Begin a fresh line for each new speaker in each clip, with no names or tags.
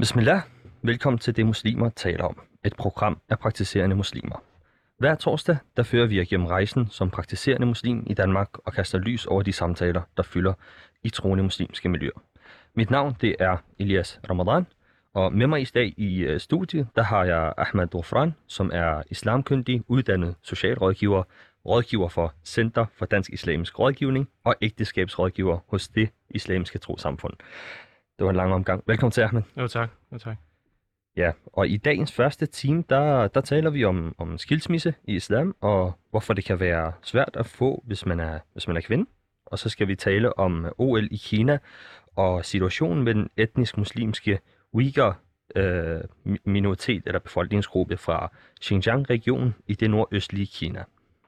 Bismillah. Velkommen til Det Muslimer taler om, et program af praktiserende muslimer. Hver torsdag, der fører vi igennem rejsen som praktiserende muslim i Danmark og kaster lys over de samtaler, der fylder i troende muslimske miljøer. Mit navn, det er Elias Ramadan, og med mig i dag i studiet, der har jeg Ahmed Dofran, som er islamkyndig, uddannet socialrådgiver, rådgiver for Center for Dansk Islamisk Rådgivning og ægteskabsrådgiver hos Det Islamiske Trossamfund. Det var en lang omgang. Velkommen til, Ahmed.
Jo, tak. Tak.
Ja, og i dagens første time, der taler vi om skilsmisse i islam, og hvorfor det kan være svært at få, hvis man er kvinde. Og så skal vi tale om OL i Kina og situationen med den etnisk muslimske Uyghur minoritet eller befolkningsgruppe fra Xinjiang-regionen i det nordøstlige Kina.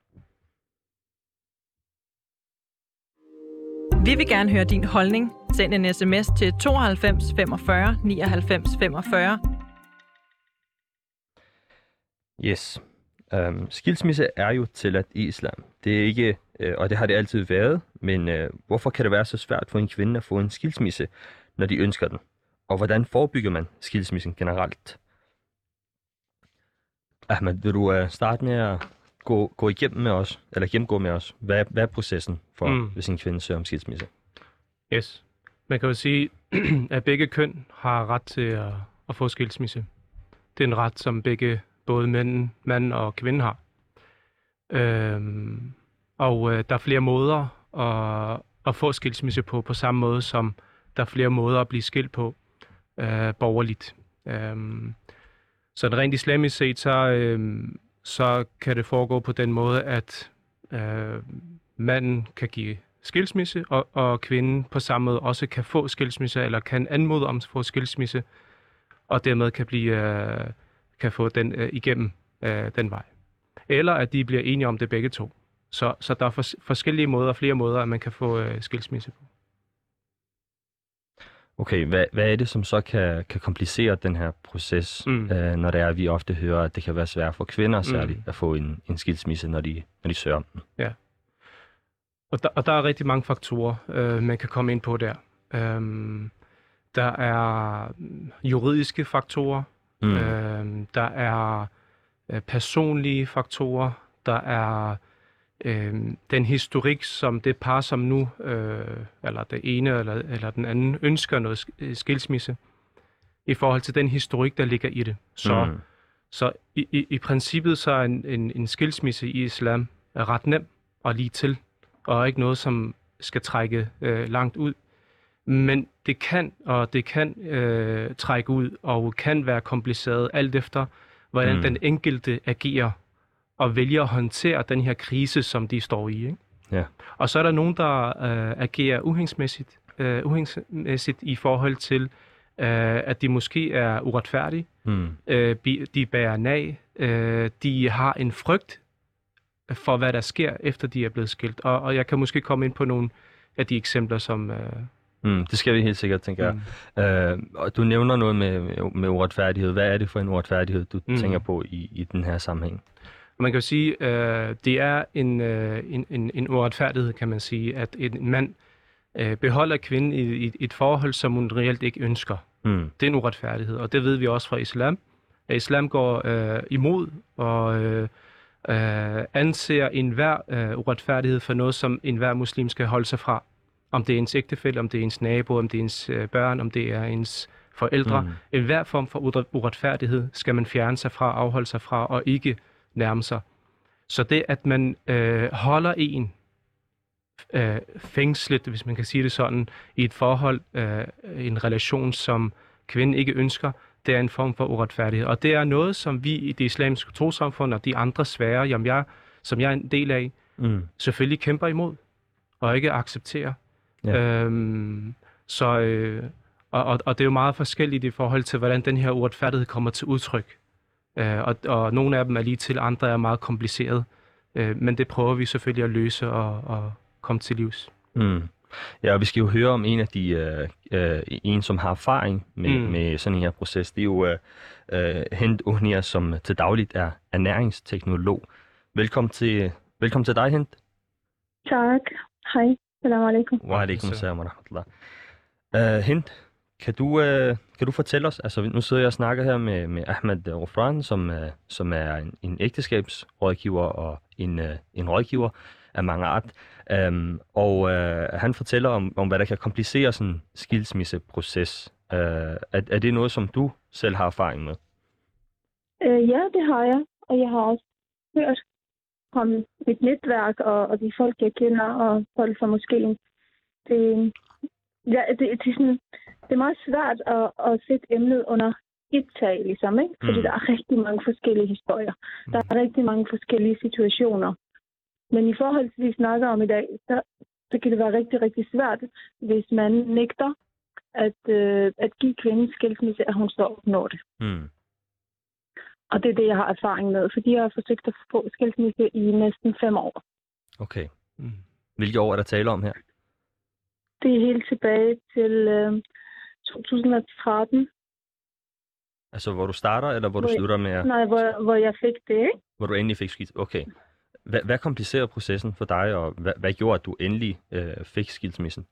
Vi vil gerne høre din holdning. Send en sms til 92 45 99 45.
Yes. Skilsmisse er jo tilladt i islam. Det er ikke, og det har det altid været, men hvorfor kan det være så svært for en kvinde at få en skilsmisse, når de ønsker den? Og hvordan forebygger man skilsmissen generelt? Ahmed, vil du starte med at gå igennem med os, eller gennemgå med os, hvad er processen for, hvis en kvinde søger om skilsmisse?
Yes. Man kan jo sige, at begge køn har ret til at få skilsmisse. Det er en ret, som både mand og kvinde har. Der er flere måder at få skilsmisse på samme måde, som der er flere måder at blive skilt på borgerligt. Så rent islamisk set, så kan det foregå på den måde, at manden kan give skilsmisse, og kvinden på samme måde også kan få skilsmisse, eller kan anmode om at få skilsmisse, og dermed kan få den igennem den vej. Eller at de bliver enige om det begge to. Så der er forskellige måder, flere måder, at man kan få skilsmisse på.
Okay, hvad er det, som så kan komplicere den her proces, når det er, at vi ofte hører, at det kan være svært for kvinder særligt at få en skilsmisse, når de søger om den? Ja.
Og der er rigtig mange faktorer, man kan komme ind på der. Der er juridiske faktorer, der er personlige faktorer, der er den historik, som det par, som nu, eller det ene eller den anden, ønsker noget skilsmisse, i forhold til den historik, der ligger i det. Så i princippet så er en skilsmisse i islam er ret nem og lige til, og ikke noget, som skal trække langt ud. Men det kan trække ud, og kan være kompliceret, alt efter, hvordan den enkelte agerer, og vælger at håndtere den her krise, som de står i. Ikke?
Ja. Og
så er der nogen, der agerer uhensigtsmæssigt i forhold til, at de måske er uretfærdige, de bærer nag, de har en frygt for, hvad der sker, efter de er blevet skilt. Og jeg kan måske komme ind på nogle af de eksempler, som...
det skal vi helt sikkert, tænker jeg. Og du nævner noget med uretfærdighed. Hvad er det for en uretfærdighed, du tænker på i den her sammenhæng?
Man kan jo sige, det er en uretfærdighed, kan man sige, at en mand beholder kvinden i et forhold, som hun reelt ikke ønsker. Det er en uretfærdighed, og det ved vi også fra islam. Islam går imod og anser enhver uretfærdighed for noget, som enhver muslim skal holde sig fra. Om det er ens ægtefælle, om det er ens nabo, om det er ens børn, om det er ens forældre. Enhver form for uretfærdighed skal man fjerne sig fra, afholde sig fra og ikke nærme sig. Så det, at man holder en fængslet, hvis man kan sige det sådan, i et forhold, en relation, som kvinden ikke ønsker, det er en form for uretfærdighed. Og det er noget, som vi i Det Islamiske Trossamfund og de andre sfærer, som jeg er en del af, selvfølgelig kæmper imod og ikke accepterer. Ja. Og det er jo meget forskelligt i forhold til, hvordan den her uretfærdighed kommer til udtryk. Og nogle af dem er lige til, andre er meget kompliceret. Men det prøver vi selvfølgelig at løse og komme til livs.
Ja, og vi skal jo høre om en af de, en som har erfaring med sådan en her proces. Det er jo Hind Ohnia, som til dagligt er ernæringsteknolog. Velkommen til dig, Hind.
Tak. Hej. Assalamu alaikum.
Wa alaikum assalam wa rahmatullah. Hind, Kan du fortælle os, altså nu sidder jeg og snakker her med Ahmed Rofran, som er en ægteskabsrådgiver og en rådgiver af mange art. Han fortæller om, hvad der kan komplicere sådan en skilsmisseproces. Er det noget, som du selv har erfaring med?
Ja, det har jeg. Og jeg har også hørt om mit netværk og de folk, jeg kender, og folk fra moskeen. Det er meget svært at sætte emnet under et tag, ligesom, ikke? Fordi der er rigtig mange forskellige historier. Der er rigtig mange forskellige situationer. Men i forhold til, det vi snakker om i dag, så kan det være rigtig, rigtig svært, hvis man nægter at give kvinden skilsmisse, at hun står og opnår det. Og det er det, jeg har erfaring med, fordi jeg har forsøgt at få skilsmisse i næsten 5 år.
Okay. Hvilke år er der tale om her?
Det er helt tilbage til 2013.
Altså, hvor du starter, eller hvor du slutter med at...
Nej, hvor jeg fik det, ikke?
Hvor du endelig fik skilsmisse. Okay. Hvad komplicerer processen for dig, og hvad gjorde, at du endelig fik skilsmissen?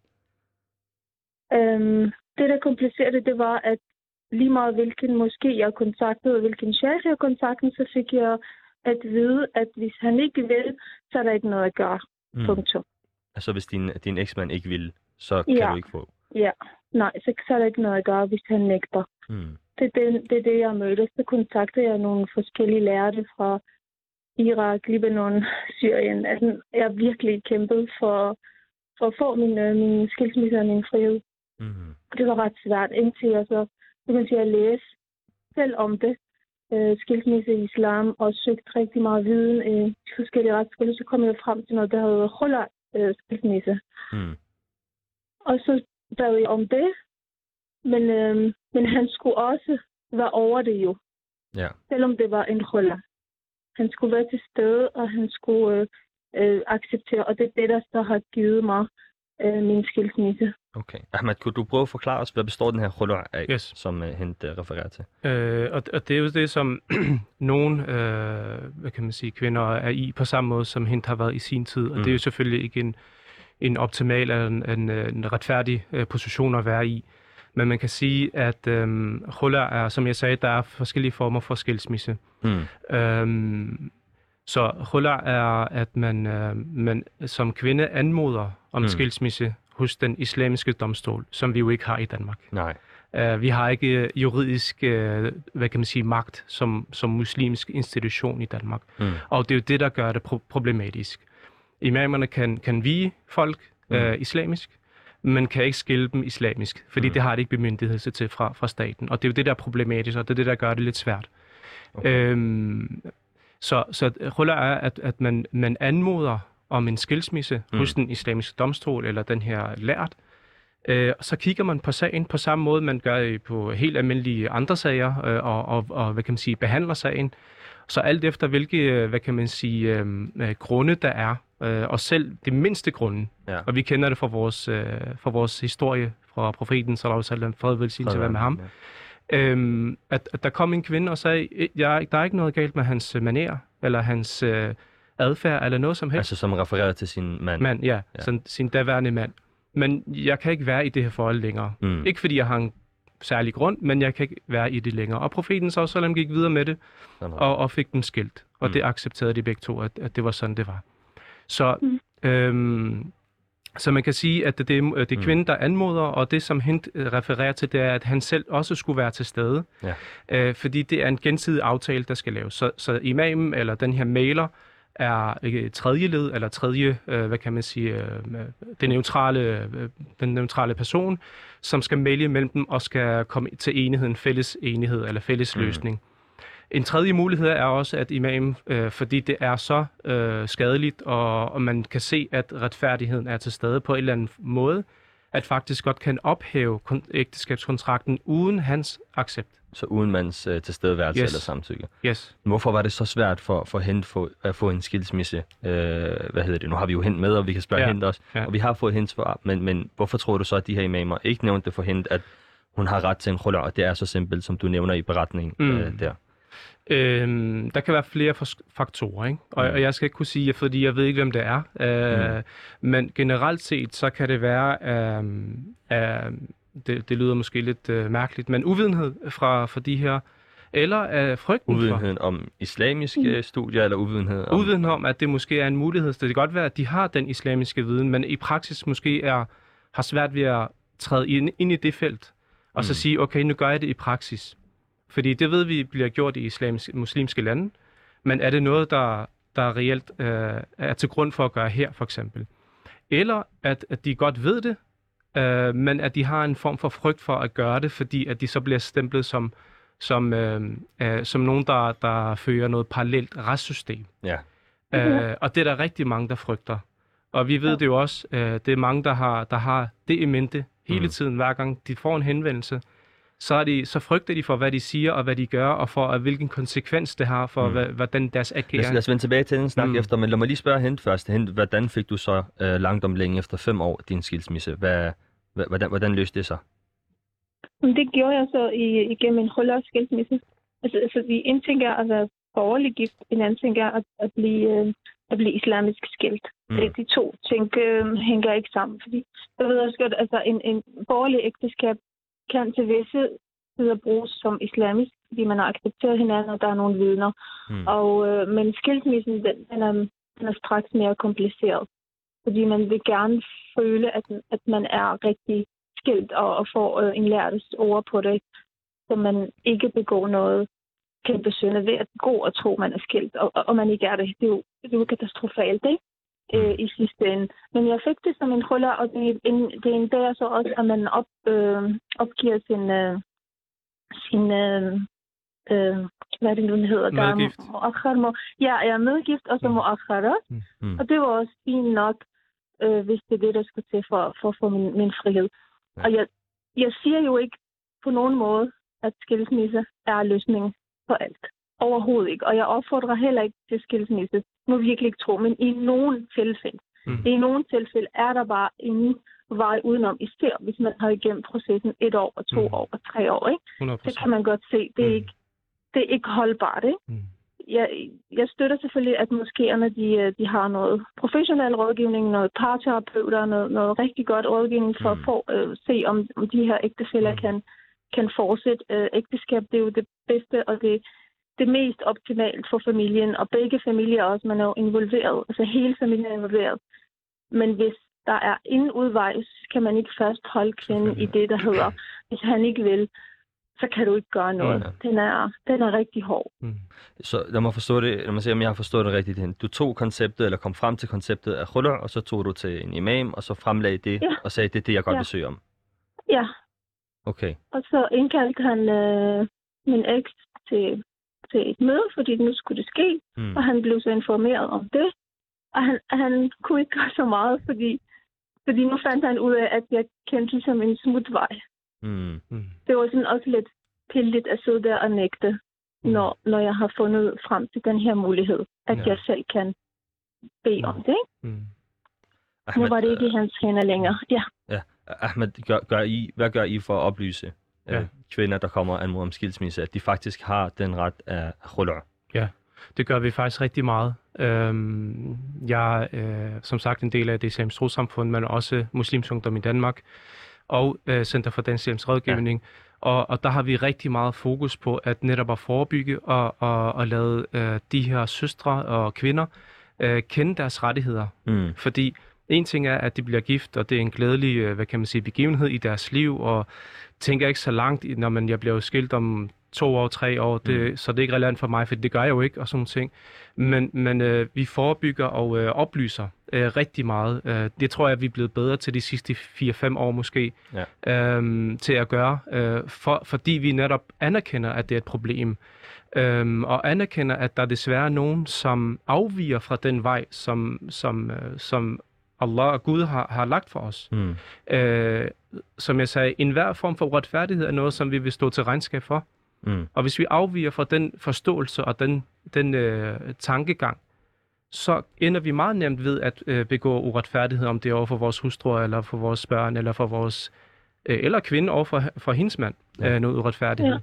Det, der komplicerede det, var, at lige meget hvilken moské jeg kontaktede, og hvilken sheikh jeg kontaktede, så fik jeg at vide, at hvis han ikke vil, så er der ikke noget at gøre. Punktum.
Altså, hvis din eksmand ikke vil, så kan du ikke få...
Ja, nej, så er der ikke noget at gøre, hvis han nægter. Det er det, jeg mødte. Så kontaktede jeg nogle forskellige lærte fra Irak, Libanon, Syrien. Altså, jeg har virkelig kæmpet for at få min skilsmisse og min frihed. Det var ret svært, indtil jeg så begyndte at læse selv om det. Skilsmisse i islam, og søgte rigtig meget viden i forskellige retsskoler. Så kom jeg frem til noget, der hedder khula skilsmisse. Og så bad jeg om det, men han skulle også være over det jo.
Ja.
Selvom det var en khula. Han skulle være til stede, og han skulle acceptere, og det er det, der så har givet mig min skilsmisse.
Okay. Ahmed, kunne du prøve at forklare os, hvad består den her khula af, som Hind refererer til?
Og det er jo det, som nogle hvad kan man sige, kvinder er i, på samme måde, som Hind har været i sin tid. Og det er jo selvfølgelig ikke en optimal eller en retfærdig position at være i. Men man kan sige, at khula er, som jeg sagde, der er forskellige former for skilsmisse. Så khula er, at man som kvinde anmoder om skilsmisse hos den islamiske domstol, som vi jo ikke har i Danmark.
Nej.
Vi har ikke juridisk, hvad kan man sige, magt som muslimsk institution i Danmark. Og det er jo det, der gør det problematisk. Imamerne kan vie folk islamisk, men kan ikke skille dem islamisk, fordi det har de ikke bemyndigelse til fra staten. Og det er jo det, der er problematisk, og det er det, der gør det lidt svært. Okay. Så khula er, at man anmoder om en skilsmisse hos den islamiske domstol, eller den her lært. Så kigger man på sagen på samme måde, man gør på helt almindelige andre sager, og hvad kan man sige, behandler sagen. Så alt efter hvilke, hvad kan man sige, grunde der er, og selv det mindste grunde, og vi kender det fra vores historie, fra profeten, sallallahu alaihi wasallam, fred velsignelse være med ham, at der kom en kvinde og sagde, der er ikke noget galt med hans manér, eller hans adfærd, eller noget som helst.
Altså som refererer til sin mand?
Ja. Sin daværende mand. Men jeg kan ikke være i det her forhold længere. Ikke fordi jeg har en særlig grund, men jeg kan ikke være i det længere. Og profeten sallallahu alaihi wasallam gik videre med det, og fik dem skilt. Og det accepterede de begge to, at det var sådan, det var. Så man kan sige, at det er kvinden, der anmoder, og det, som Hind refererer til, det er, at han selv også skulle være til stede. Fordi det er en gensidig aftale, der skal laves. Så imamen, eller den her mailer, er tredje led, eller tredje, hvad kan man sige, den neutrale person, som skal maile mellem dem, og skal komme til enighed, en fælles enighed, eller fælles løsning. En tredje mulighed er også, at imamen, fordi det er så skadeligt, og man kan se, at retfærdigheden er til stede på en eller anden måde, at faktisk godt kan ophæve ægteskabskontrakten uden hans accept.
Så uden mands tilstedeværelse eller samtykke.
Yes.
Hvorfor var det så svært for Hind at få en skilsmisse? Nu har vi jo Hind med, og vi kan spørge Hind også. Og vi har fået Hinds svar, men hvorfor tror du så, at de her imamer ikke nævnte det for Hind, at hun har ret til en khula, og det er så simpelt, som du nævner i beretningen der?
Der kan være flere faktorer, ikke? Og jeg skal ikke kunne sige, fordi jeg ved ikke, hvem det er. Men generelt set, så kan det være det lyder måske lidt mærkeligt, men uvidenhed fra de her, eller frygten
uvidenhed om islamiske studier, eller uvidenhed om...
Uvidenhed om, at det måske er en mulighed. Så det kan godt være, at de har den islamiske viden, men i praksis måske har svært ved at træde ind i det felt, og så sige, okay, nu gør jeg det i praksis. Fordi det ved vi bliver gjort i muslimske lande, men er det noget, der reelt er til grund for at gøre her, for eksempel? Eller at de godt ved det, men at de har en form for frygt for at gøre det, fordi at de så bliver stemplet som nogen, der fører noget parallelt retssystem.
Ja.
Og det er der rigtig mange, der frygter. Og vi ved det jo også, det er mange, der har det i mente hele tiden, hver gang de får en henvendelse. Så frygter de for, hvad de siger og hvad de gør, og for hvilken konsekvens det har for, hvordan deres agering.
Lad os vende tilbage til den snak efter, men lad mig lige spørge Hent først. Hent, hvordan fik du så langt om længe efter 5 år din skilsmisse? Hvordan løste det sig?
Det gjorde jeg så igennem en skilsmisse. Altså, en ting er at være borgerlig gift, en anden ting er at blive islamisk skilt. De to ting hænger ikke sammen, fordi jeg ved også godt, altså en borgerlig ægteskab kan til visse tider bruges som islamisk, fordi man har accepteret hinanden, og der er nogle vidner. Men skilsmissen, den er straks mere kompliceret, fordi man vil gerne føle, at man er rigtig skilt og får en lærtes ord på det, så man ikke begår noget kæmpe synde ved at gå og tro, man er skilt, og man ikke er det. Det er jo katastrofalt, ikke? I sidste ende. Men jeg fik det som en huller, og det er en dag så også, at man opgiver sin hvad er det nu, den hedder?
Medgift.
Ja, medgift, og så muakhara. Og det var også fint nok, hvis det er det, der skulle til for at få min frihed. Og jeg siger jo ikke på nogen måde, at skilsmisse er løsningen på alt. Overhovedet ikke. Og jeg opfordrer heller ikke til skilsmisse. Må virkelig ikke tro, men i nogle tilfælde er der bare ingen vej udenom, især hvis man har igennem processen 1 år, og 2 år, og 3 år. Ikke?
100%.
Det kan man godt se. Det er ikke holdbart. Ikke? Jeg støtter selvfølgelig, at moskéerne de har noget professionel rådgivning, noget parterapeuter, noget rigtig godt rådgivning for at se, om de her ægtefæller kan fortsætte ægteskab. Det er jo det bedste, og det mest optimalt for familien, og begge familier også, man er jo involveret, altså hele familien er involveret. Men hvis der er ingen udvej, så kan man ikke først holde kvinden i det, der hedder, hvis han ikke vil, så kan du ikke gøre noget. Den er rigtig hård.
Så lad mig forstå det, lad mig se, om jeg har forstået det rigtigt. Du tog konceptet, eller kom frem til konceptet af khulur, og så tog du til en imam, og så fremlagde det, og sagde, det er det, jeg godt vil søge om.
Ja.
Okay. Og
så indkaldte han min eks til et møde, fordi nu skulle det ske, og han blev så informeret om det. Og han kunne ikke gøre så meget, fordi nu fandt han ud af, at jeg kendte som en smutvej. Det var sådan også lidt pilligt at sidde der og nægte, når jeg har fundet frem til den her mulighed, at jeg selv kan bede om det. Ikke? Nu var det ikke i hans hænder længere. Ja.
Ahmed, hvad gør I for at oplyse kvinder, der kommer anmod om skilsmisse, at de faktisk har den ret af khulur?
Ja, det gør vi faktisk rigtig meget. Jeg er som sagt en del af det islamiske trossamfund, men også Muslimsk Ungdom i Danmark og Center for Dansk Islamisk Rådgivning. Og der har vi rigtig meget fokus på at netop at forebygge og lade de her søstre og kvinder kende deres rettigheder. Fordi en ting er, at de bliver gift, og det er en glædelig, begivenhed i deres liv, og tænker ikke så langt, når jeg bliver skilt om 2 år, 3 år, så det er ikke relevant for mig, for det gør jeg jo ikke, og sådan ting. Men vi forebygger og oplyser rigtig meget. Det tror jeg, vi er blevet bedre til de sidste 4-5 år måske, til at gøre, fordi vi netop anerkender, at det er et problem. Og anerkender, at der desværre er nogen, som afviger fra den vej, som Allah og Gud har lagt for os. Som jeg sagde, enhver form for uretfærdighed er noget, som vi vil stå til regnskab for. Og hvis vi afviger fra den forståelse og den tankegang, så ender vi meget nemt ved at begå uretfærdighed, om det er over for vores hustruer, eller for vores børn, eller for vores eller kvinde over for hendes mand, noget uretfærdighed.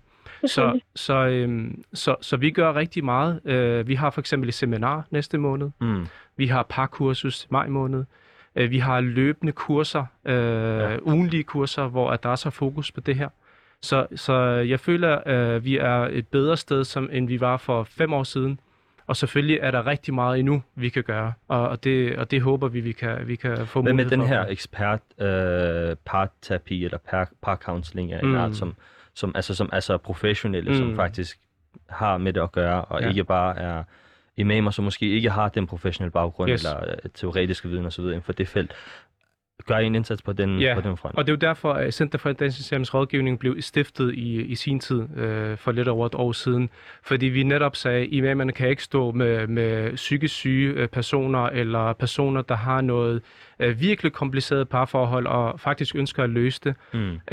Så vi gør rigtig meget. Vi har for eksempel et seminar næste måned. Vi har parkursus maj måned. Vi har løbende kurser, ugenlige kurser, hvor der er så fokus på det her. Så jeg føler, at vi er et bedre sted, end vi var for 5 år siden. Og selvfølgelig er der rigtig meget endnu, vi kan gøre, og det håber vi kan få mulighed for.
Hvad med den her ekspert parterapi eller par-counseling af en art, som altså professionelle, som faktisk har med det at gøre, og ikke bare er imamer, som måske ikke har den professionelle baggrund eller teoretiske viden osv. inden for det felt. Gør en indsats på den front.
Og det er jo derfor, at Center for Dansk Rådgivning blev stiftet i sin tid, for lidt over et år siden. Fordi vi netop sagde, at imamerne kan ikke stå med psykisk syge personer, eller personer, der har noget virkelig kompliceret parforhold, og faktisk ønsker at løse det.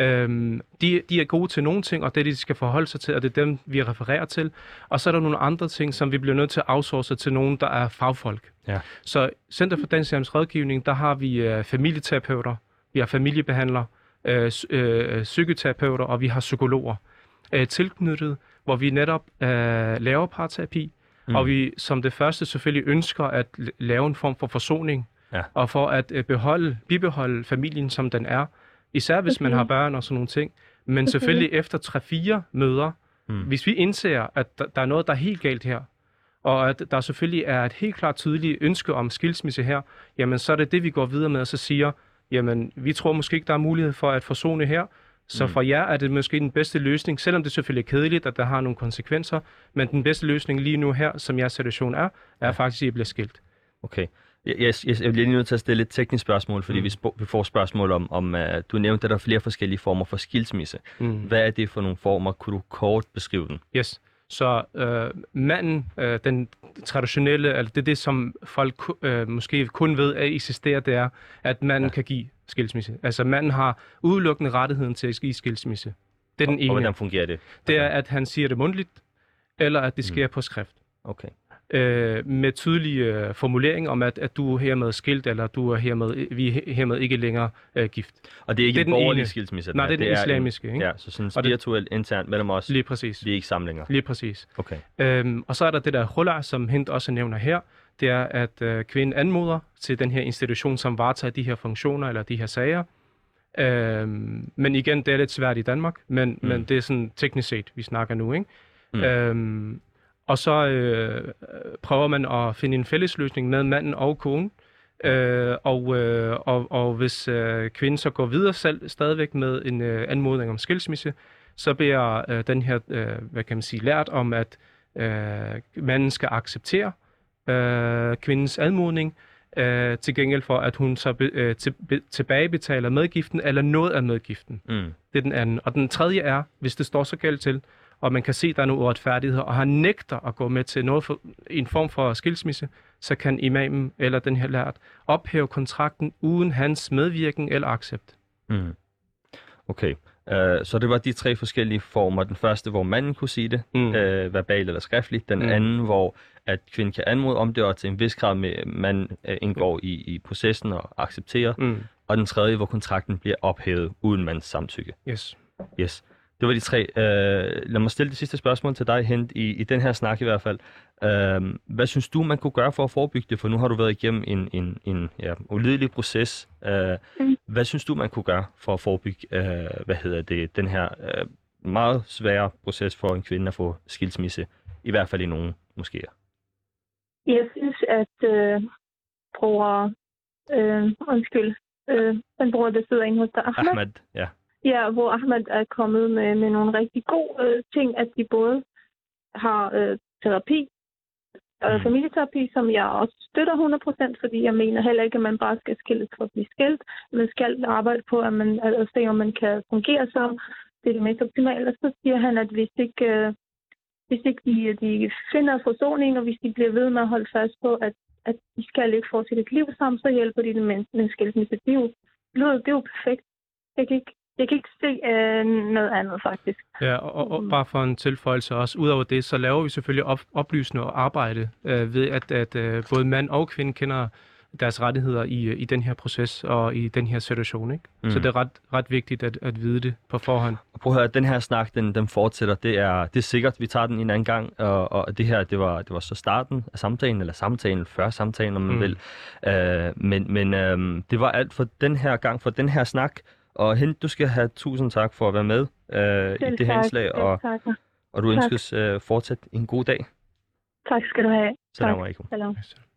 De er gode til nogle ting, og det er det, de skal forholde sig til, og det er dem, vi refererer til. Og så er der nogle andre ting, som vi bliver nødt til at outsource til nogen, der er fagfolk. Ja. Så Center for Dansk Rådgivning, der har vi familieterapeuter, vi har familiebehandlere, psykoterapeuter, og vi har psykologer tilknyttet, hvor vi netop laver parterapi, og vi som det første selvfølgelig ønsker at lave en form for forsoning, og for at bibeholde familien, som den er, især hvis man har børn og sådan nogle ting. Men selvfølgelig efter 3-4 møder, hvis vi indser, at der er noget, der er helt galt her, og at der selvfølgelig er et helt klart tydeligt ønske om skilsmisse her, jamen så er det, vi går videre med, og så siger, jamen vi tror måske ikke, der er mulighed for at forsone her, så for jer er det måske den bedste løsning, selvom det selvfølgelig er kedeligt, at der har nogle konsekvenser, men den bedste løsning lige nu her, som jeres situation er faktisk, at I bliver skilt.
Okay. Jeg bliver lige nødt til at stille et teknisk spørgsmål, fordi vi får spørgsmål om du nævnte, at der er flere forskellige former for skilsmisse. Hvad er det for nogle former? Kunne du kort beskrive den?
Yes. Så manden, den traditionelle, eller det som folk måske kun ved at eksistere, det er, at manden kan give skilsmisse. Altså manden har udelukkende rettigheden til at give skilsmisse. Det er den ene.
Og hvordan fungerer det?
Det er, at han siger det mundtligt, eller at det sker på skrift.
Okay.
Med tydelige formulering om, at du er hermed skilt, eller vi er hermed ikke længere gift.
Og det er ikke en borgerlig skilsmisse?
Nej, det er den islamiske. Ikke?
Ja, så sådan spirituelt internt mellem os.
Lige præcis.
Vi er ikke samlinger.
Lige præcis.
Okay.
Og så er der det der khula, som Hind også nævner her. Det er, at kvinden anmoder til den her institution, som varetager de her funktioner eller de her sager. Men igen, det er lidt svært i Danmark, men det er sådan teknisk set, vi snakker nu, ikke? Og så prøver man at finde en fælles løsning med manden og konen. Og hvis kvinden så går videre selv stadigvæk med en anmodning om skilsmisse, så bliver den her, hvad kan man sige, lært om, at manden skal acceptere kvindens anmodning, til gengæld for, at hun så tilbagebetaler medgiften eller noget af medgiften. Det er den anden. Og den tredje er, hvis det står så galt til, og man kan se, at der er nogle uretfærdigheder, og han nægter at gå med til noget en form for skilsmisse, så kan imamen eller den her lært ophæve kontrakten uden hans medvirken eller accept.
Okay, så det var de 3 forskellige former. Den første, hvor manden kunne sige det, verbalt eller skriftligt. Den anden, hvor at kvinden kan anmode om det, og til en vis grad med manden indgår i processen og accepterer. Og den tredje, hvor kontrakten bliver ophævet uden mandens samtykke. Yes. Det var de 3. Lad mig stille det sidste spørgsmål til dig, Hind, i den her snak i hvert fald. Hvad synes du, man kunne gøre for at forebygge det? For nu har du været igennem en ulidelig proces. Hvad synes du, man kunne gøre for at forebygge den her meget svære proces for en kvinde at få skilsmisse? I hvert fald i nogle moskéer.
Jeg synes, at den bror, der sidder inde hos dig,
Ahmed, ja.
Ja, hvor Ahmed er kommet med nogle rigtig gode ting, at de både har terapi, familieterapi, som jeg også støtter 100%, fordi jeg mener heller ikke, at man bare skal skilles for at blive skilt. Man skal arbejde på, at se, om man kan fungere som. Det er det mest optimale. Og så siger han, at hvis ikke de finder forsoning, og hvis de bliver ved med at holde fast på, at de skal ikke fortsætte et liv sammen, så hjælper de dem med en skilsmisse. Det er jo perfekt. Jeg kan ikke se noget andet, faktisk.
Ja, og bare for en tilføjelse også. Udover det, så laver vi selvfølgelig oplysende arbejde ved, at både mand og kvinde kender deres rettigheder i den her proces og i den her situation, ikke? Så det er ret vigtigt at vide det på forhånd.
Og prøv at høre, den her snak, den fortsætter. Det er sikkert, vi tager den en anden gang, og det her, det var så starten af samtalen, eller samtalen før samtalen, om man vil. Men det var alt for den her gang, for den her snak. Og Hind, du skal have 1000 tak for at være med i det her indslag, og du ønskes fortsat en god dag.
Tak skal du have.
Salam alaikum.
Salam.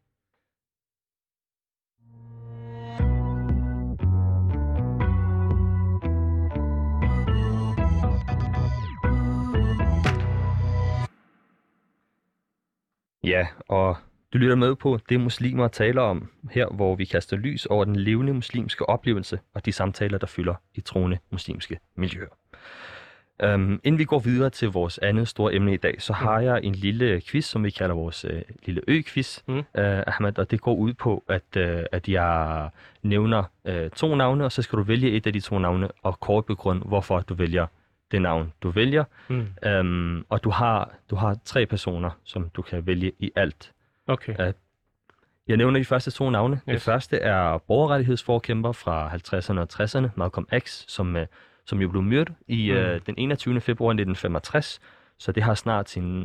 Ja, og du lytter med på Det Muslimer taler om, her hvor vi kaster lys over den levende muslimske oplevelse og de samtaler, der fylder i troende muslimske miljøer. Inden vi går videre til vores andet store emne i dag, så har jeg en lille quiz, som vi kalder vores lille ø-quiz, Ahmed, og det går ud på, at jeg nævner 2 navne, og så skal du vælge et af de 2 navne og kort begrunde, hvorfor du vælger det navn, du vælger. Og du har 3 personer, som du kan vælge i alt.
Okay.
Jeg nævner de første 2 navne. Yes. Det første er borgerrettighedsforkæmper fra 50'erne og 60'erne, Malcolm X, som jo blev myrdet i den 21. februar 1965. Så det har snart sin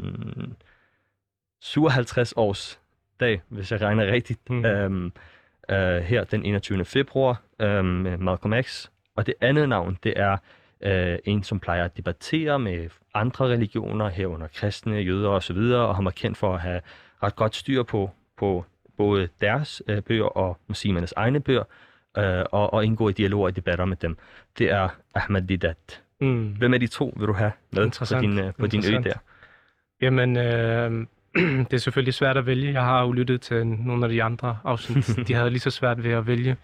57 års dag, hvis jeg regner rigtigt. Her den 21. februar med Malcolm X. Og det andet navn, det er en, som plejer at debattere med andre religioner, herunder kristne, jøder osv., og han var kendt for at have ret godt styr på både deres bøger og muslimernes egne bøger, og indgå i dialoger og debatter med dem. Det er Ahmed Deedat. Hvem af de 2 vil du have med på din ø der?
Jamen, det er selvfølgelig svært at vælge. Jeg har jo lyttet til nogle af de andre afsnit. De havde lige så svært ved at vælge.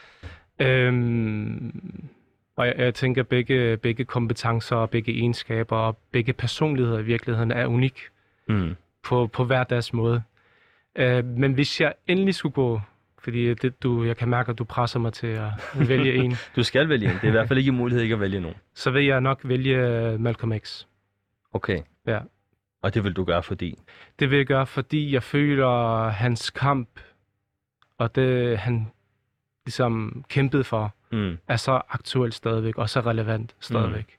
Og jeg tænker, begge kompetencer og begge egenskaber og begge personligheder i virkeligheden er unik på hver deres måde. Men hvis jeg endelig skulle gå, fordi jeg kan mærke, at du presser mig til at vælge en.
Du skal vælge en. Det er i hvert fald ikke mulighed ikke at vælge nogen.
Så vil jeg nok vælge Malcolm X.
Okay.
Ja.
Og det vil du gøre fordi?
Det vil jeg gøre, fordi jeg føler hans kamp, og det han ligesom kæmpede for, er så aktuelt stadigvæk, og så relevant stadigvæk.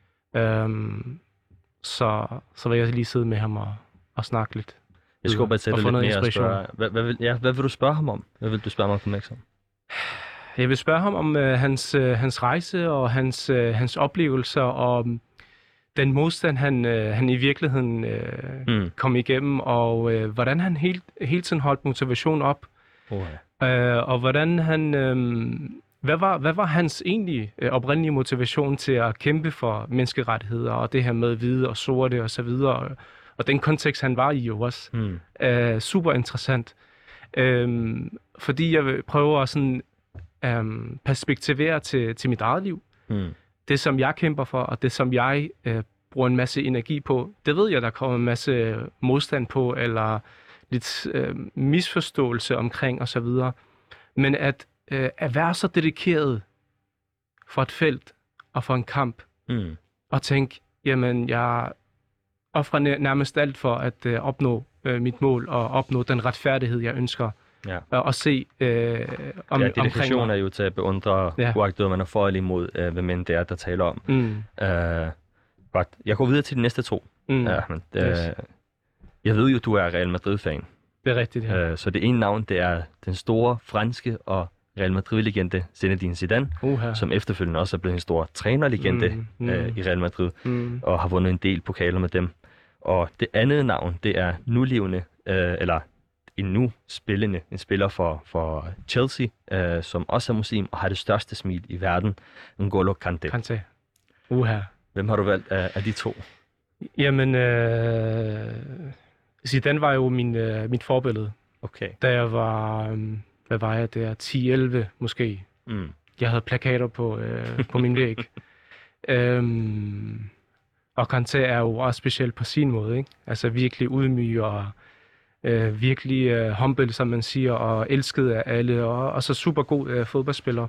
Så vil jeg lige sidde med ham og snakke lidt.
Jeg skal bare sætte lidt mere og spørge. Hvad vil du spørge ham om? Hvad vil du spørge Malcolm X om?
Jeg vil spørge ham om hans rejse og hans oplevelser og den modstand, han i virkeligheden kom igennem, og hvordan han hele tiden holdt motivation op. Og hvordan han... Hvad var hans egentlig oprindelige motivation til at kæmpe for menneskerettigheder og det her med hvide og sorte og så videre? Og den kontekst, han var i jo også. Super interessant. Fordi jeg prøver at sådan, perspektivere til mit eget liv. Det, som jeg kæmper for, og det, som jeg bruger en masse energi på, det ved jeg, der kommer en masse modstand på, eller lidt misforståelse omkring og så videre. Men at være så dedikeret for et felt og for en kamp, og tænke, jamen, jeg offrer nærmest alt for at opnå mit mål og opnå den retfærdighed, jeg ønsker at se omkring mig.
Dedikation er jo til at beundre, uagtet man er for eller imod, hvem end det er, der taler om. Jeg går videre til de næste 2. Jeg ved jo, du er Real Madrid-fan.
Det er rigtigt, ja.
Så det ene navn, det er den store franske og Real Madrid-legende Zinedine Zidane, som efterfølgende også er blevet en stor trænerlegende i Real Madrid, og har vundet en del pokaler med dem. Og det andet navn, det er nulevende, eller en spiller for Chelsea, som også er muslim og har det største smil i verden, N'Golo Kanté. Hvem har du valgt af de 2?
Jamen, Zidane var jo mit forbillede.
Okay.
Da jeg var, hvad var jeg der, 10-11 måske. Jeg havde plakater på min væg. Og Kanté er jo også specielt på sin måde, ikke? Altså virkelig ydmyg og virkelig humble, som man siger, og elsket af alle, og så super god fodboldspiller.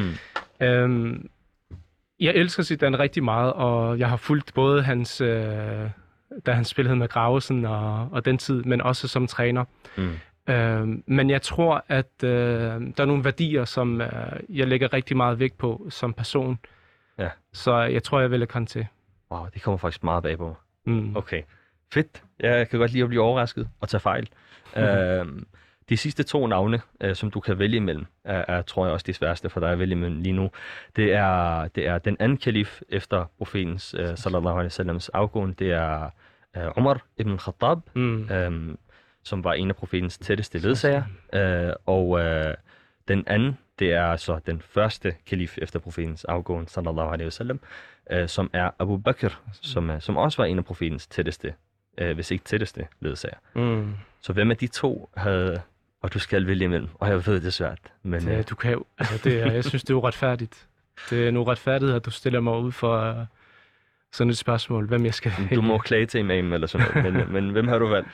Jeg elsker Zidane rigtig meget, og jeg har fulgt både hans, da han spillede med Gravesen og den tid, men også som træner. Men jeg tror, at der er nogle værdier, som jeg lægger rigtig meget vægt på som person.
Ja.
Så jeg tror, jeg vælger Kanté.
Wow, det kommer faktisk meget bag på mig.
Mm.
Okay, fedt. Jeg kan godt lide at blive overrasket og tage fejl. De sidste 2 navne, som du kan vælge imellem, er tror jeg også de sværeste for dig at vælge imellem lige nu. Det er den anden kalif efter profetens sallallahu alaihi wasallams afgåen. Det er Umar ibn Khattab, som var en af profetens tætteste ledsager. Og den anden, det er så den første kalif efter profetens afgåen, sallallahu alaihi wasallam, som er Abu Bakr, som også var en af profetens tætteste, hvis ikke tætteste ledsager. Så hvem af de 2 havde, og du skal vælge imellem? Og jeg ved, det er svært. Men,
du kan jo, altså jeg synes, det er uretfærdigt. Det er en uretfærdighed, at du stiller mig ud for sådan et spørgsmål, hvem jeg skal vælge.
Du må klage til imam eller sådan noget, men hvem har du valgt?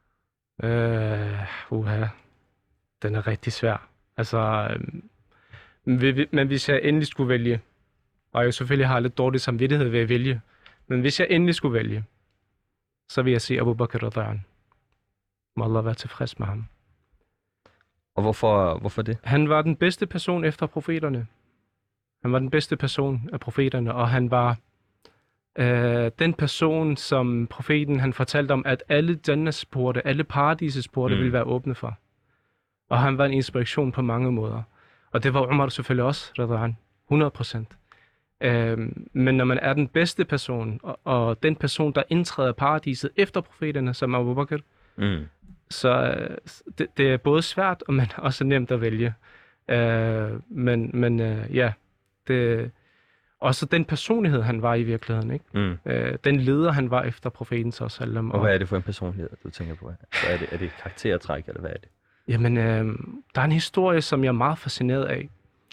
Den er rigtig svær. Altså, men hvis jeg endelig skulle vælge, og jeg selvfølgelig har lidt dårlig samvittighed ved at vælge, men hvis jeg endelig skulle vælge, så vil jeg sige Abu Bakr radhiyallahu. Må Allah være tilfreds med ham.
Og hvorfor det?
Han var den bedste person efter profeterne. Han var den bedste person af profeterne, og han var den person, som profeten han fortalte om, at alle Jannas porte, alle paradisets porte ville være åbne for. Og han var en inspiration på mange måder. Og det var Umar selvfølgelig også, radhiyallahu 100%. Men når man er den bedste person, og den person, der indtræder paradiset efter profeterne, som Abu Bakr, så det er både svært, og men også nemt at vælge. Det også den personlighed, han var i virkeligheden, ikke? Den leder, han var efter profeten sallam.
Og hvad er det for en personlighed, du tænker på? Er det karaktertræk, eller hvad er det?
Jamen, der er en historie, som jeg er meget fascineret af.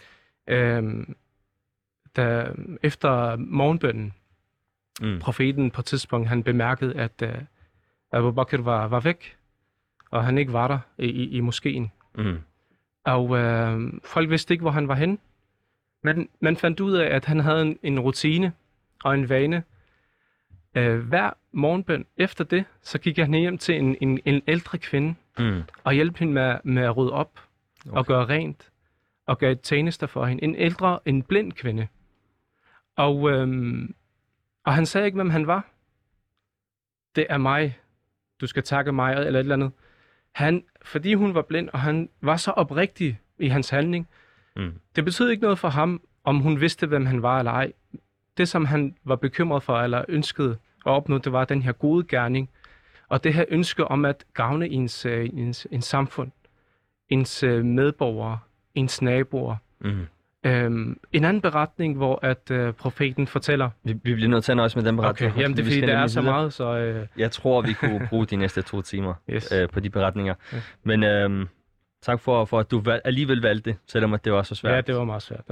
Da efter morgenbønnen, profeten på et tidspunkt, han bemærkede, at Abu Bakr var væk, og han ikke var der i moskeen. Og folk vidste ikke, hvor han var henne. Men man fandt ud af, at han havde en rutine og en vane. Hver morgenbøn efter det, så gik han hjem til en ældre kvinde og hjalp hende med at rydde op og gøre rent og gøre et tjenester for hende. En blind kvinde. Og han sagde ikke, hvem han var. Det er mig. Du skal takke mig, eller et eller andet. Fordi hun var blind, og han var så oprigtig i hans handling, det betød ikke noget for ham, om hun vidste, hvem han var eller ej. Det, som han var bekymret for, eller ønskede at opnå, det var den her gode gerning, og det her ønske om at gavne ens samfund, ens medborgere, ens naboer. En anden beretning, hvor at profeten fortæller...
Vi bliver nødt til at nøjes med den beretning.
Okay, jamen det er fordi, der er så meget, så...
Jeg tror, vi kunne bruge de næste 2 timer på de beretninger. Men tak for at du alligevel valgte det, selvom at det var så svært.
Ja, det var meget svært.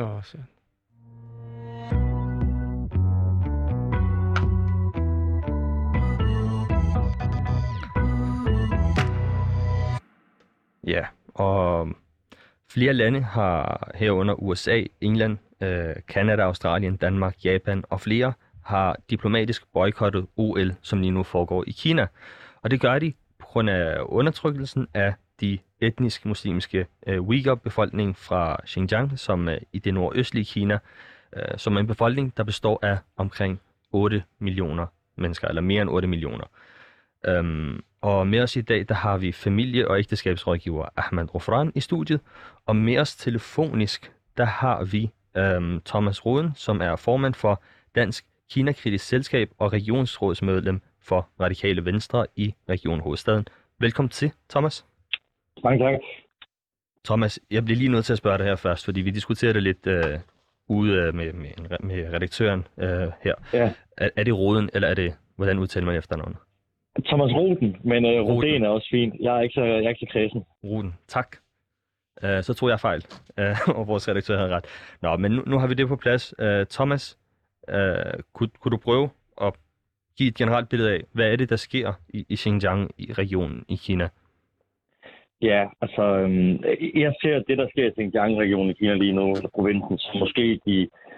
Ja, og flere lande har herunder USA, England, Canada, Australien, Danmark, Japan og flere har diplomatisk boykottet OL, som lige nu foregår i Kina. Og det gør de på grund af undertrykkelsen af de etnisk muslimske Uyghur-befolkning fra Xinjiang, som i det nordøstlige Kina, som er en befolkning, der består af omkring 8 millioner mennesker, eller mere end 8 millioner. Og med os i dag, der har vi familie- og ægteskabsrådgiver Ahmed Rofran i studiet, og med os telefonisk, der har vi Thomas Roden, som er formand for Dansk Kina-kritisk Selskab og regionsrådsmedlem for Radikale Venstre i Region Hovedstaden. Velkommen til, Thomas.
Mange tak.
Thomas, jeg bliver lige nødt til at spørge dig her først, fordi vi diskuterede det lidt ude med redaktøren her.
Ja.
Er det Roden, eller er det, hvordan udtaler man efternavnet?
Thomas Roden, men Roden er også fint. Jeg er ikke så kredsen.
Roden, tak. Så tog jeg fejl, og vores redaktør havde ret. Nå, men nu har vi det på plads. Thomas, kunne du prøve at give et generelt billede af, hvad er det, der sker i Xinjiang, i regionen i Kina?
Ja, altså, jeg ser det, der sker i Xinjiang-regionen i Kina lige nu, eller provinsen, som måske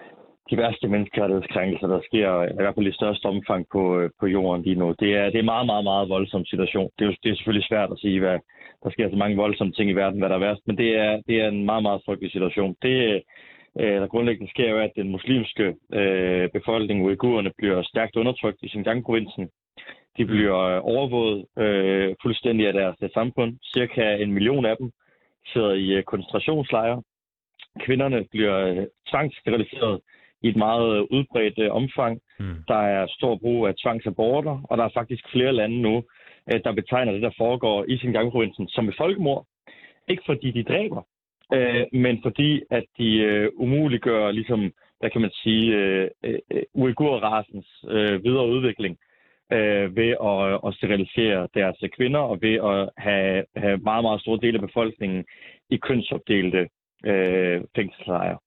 de værste menneskerettighedskrænkelser, der sker i hvert fald i største omfang på jorden lige nu. Det er en meget, meget, meget voldsom situation. Det er selvfølgelig svært at sige, hvad der sker så mange voldsomme ting i verden, hvad der er værst, men det er en meget, meget frygtelig situation. Det, der grundlæggende sker jo, at den muslimske befolkning, uigurerne, bliver stærkt undertrykt i Xinjiang-provinsen. De bliver overvåget fuldstændig af deres samfund. Cirka 1 million af dem sidder i koncentrationslejre. Kvinderne bliver tvangssteriliseret i et meget udbredt omfang. Der er stor brug af tvangsaborter, og der er faktisk flere lande nu, der betegner det, der foregår i Xinjiang-provinsen som et folkemord. Ikke fordi de dræber, men fordi at de umuliggør, ligesom, hvad kan man sige, uigur-rasens videre udvikling ved at sterilisere deres kvinder og ved at have meget, meget store dele af befolkningen i kønsopdelte fængselslejre.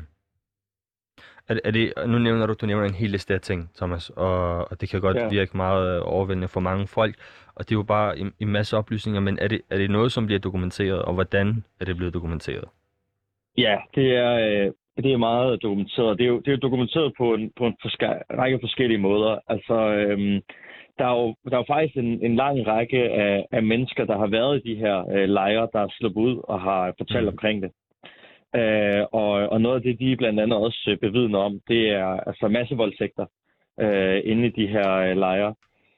Er det, nu nævner du en hel liste af ting, Thomas, og det kan godt virke meget overvældende for mange folk, og det er jo bare en masse oplysninger, men er det noget, som bliver dokumenteret, og hvordan er det blevet dokumenteret?
Ja, det er meget dokumenteret. Det er jo dokumenteret på en række forskellige måder. Altså, der er jo faktisk en lang række af mennesker, der har været i de her lejre, der er sluppet ud og har fortalt omkring det. Og noget af det, de blandt andet også bevidner om, det er altså massevoldtægter inde i de her lejre.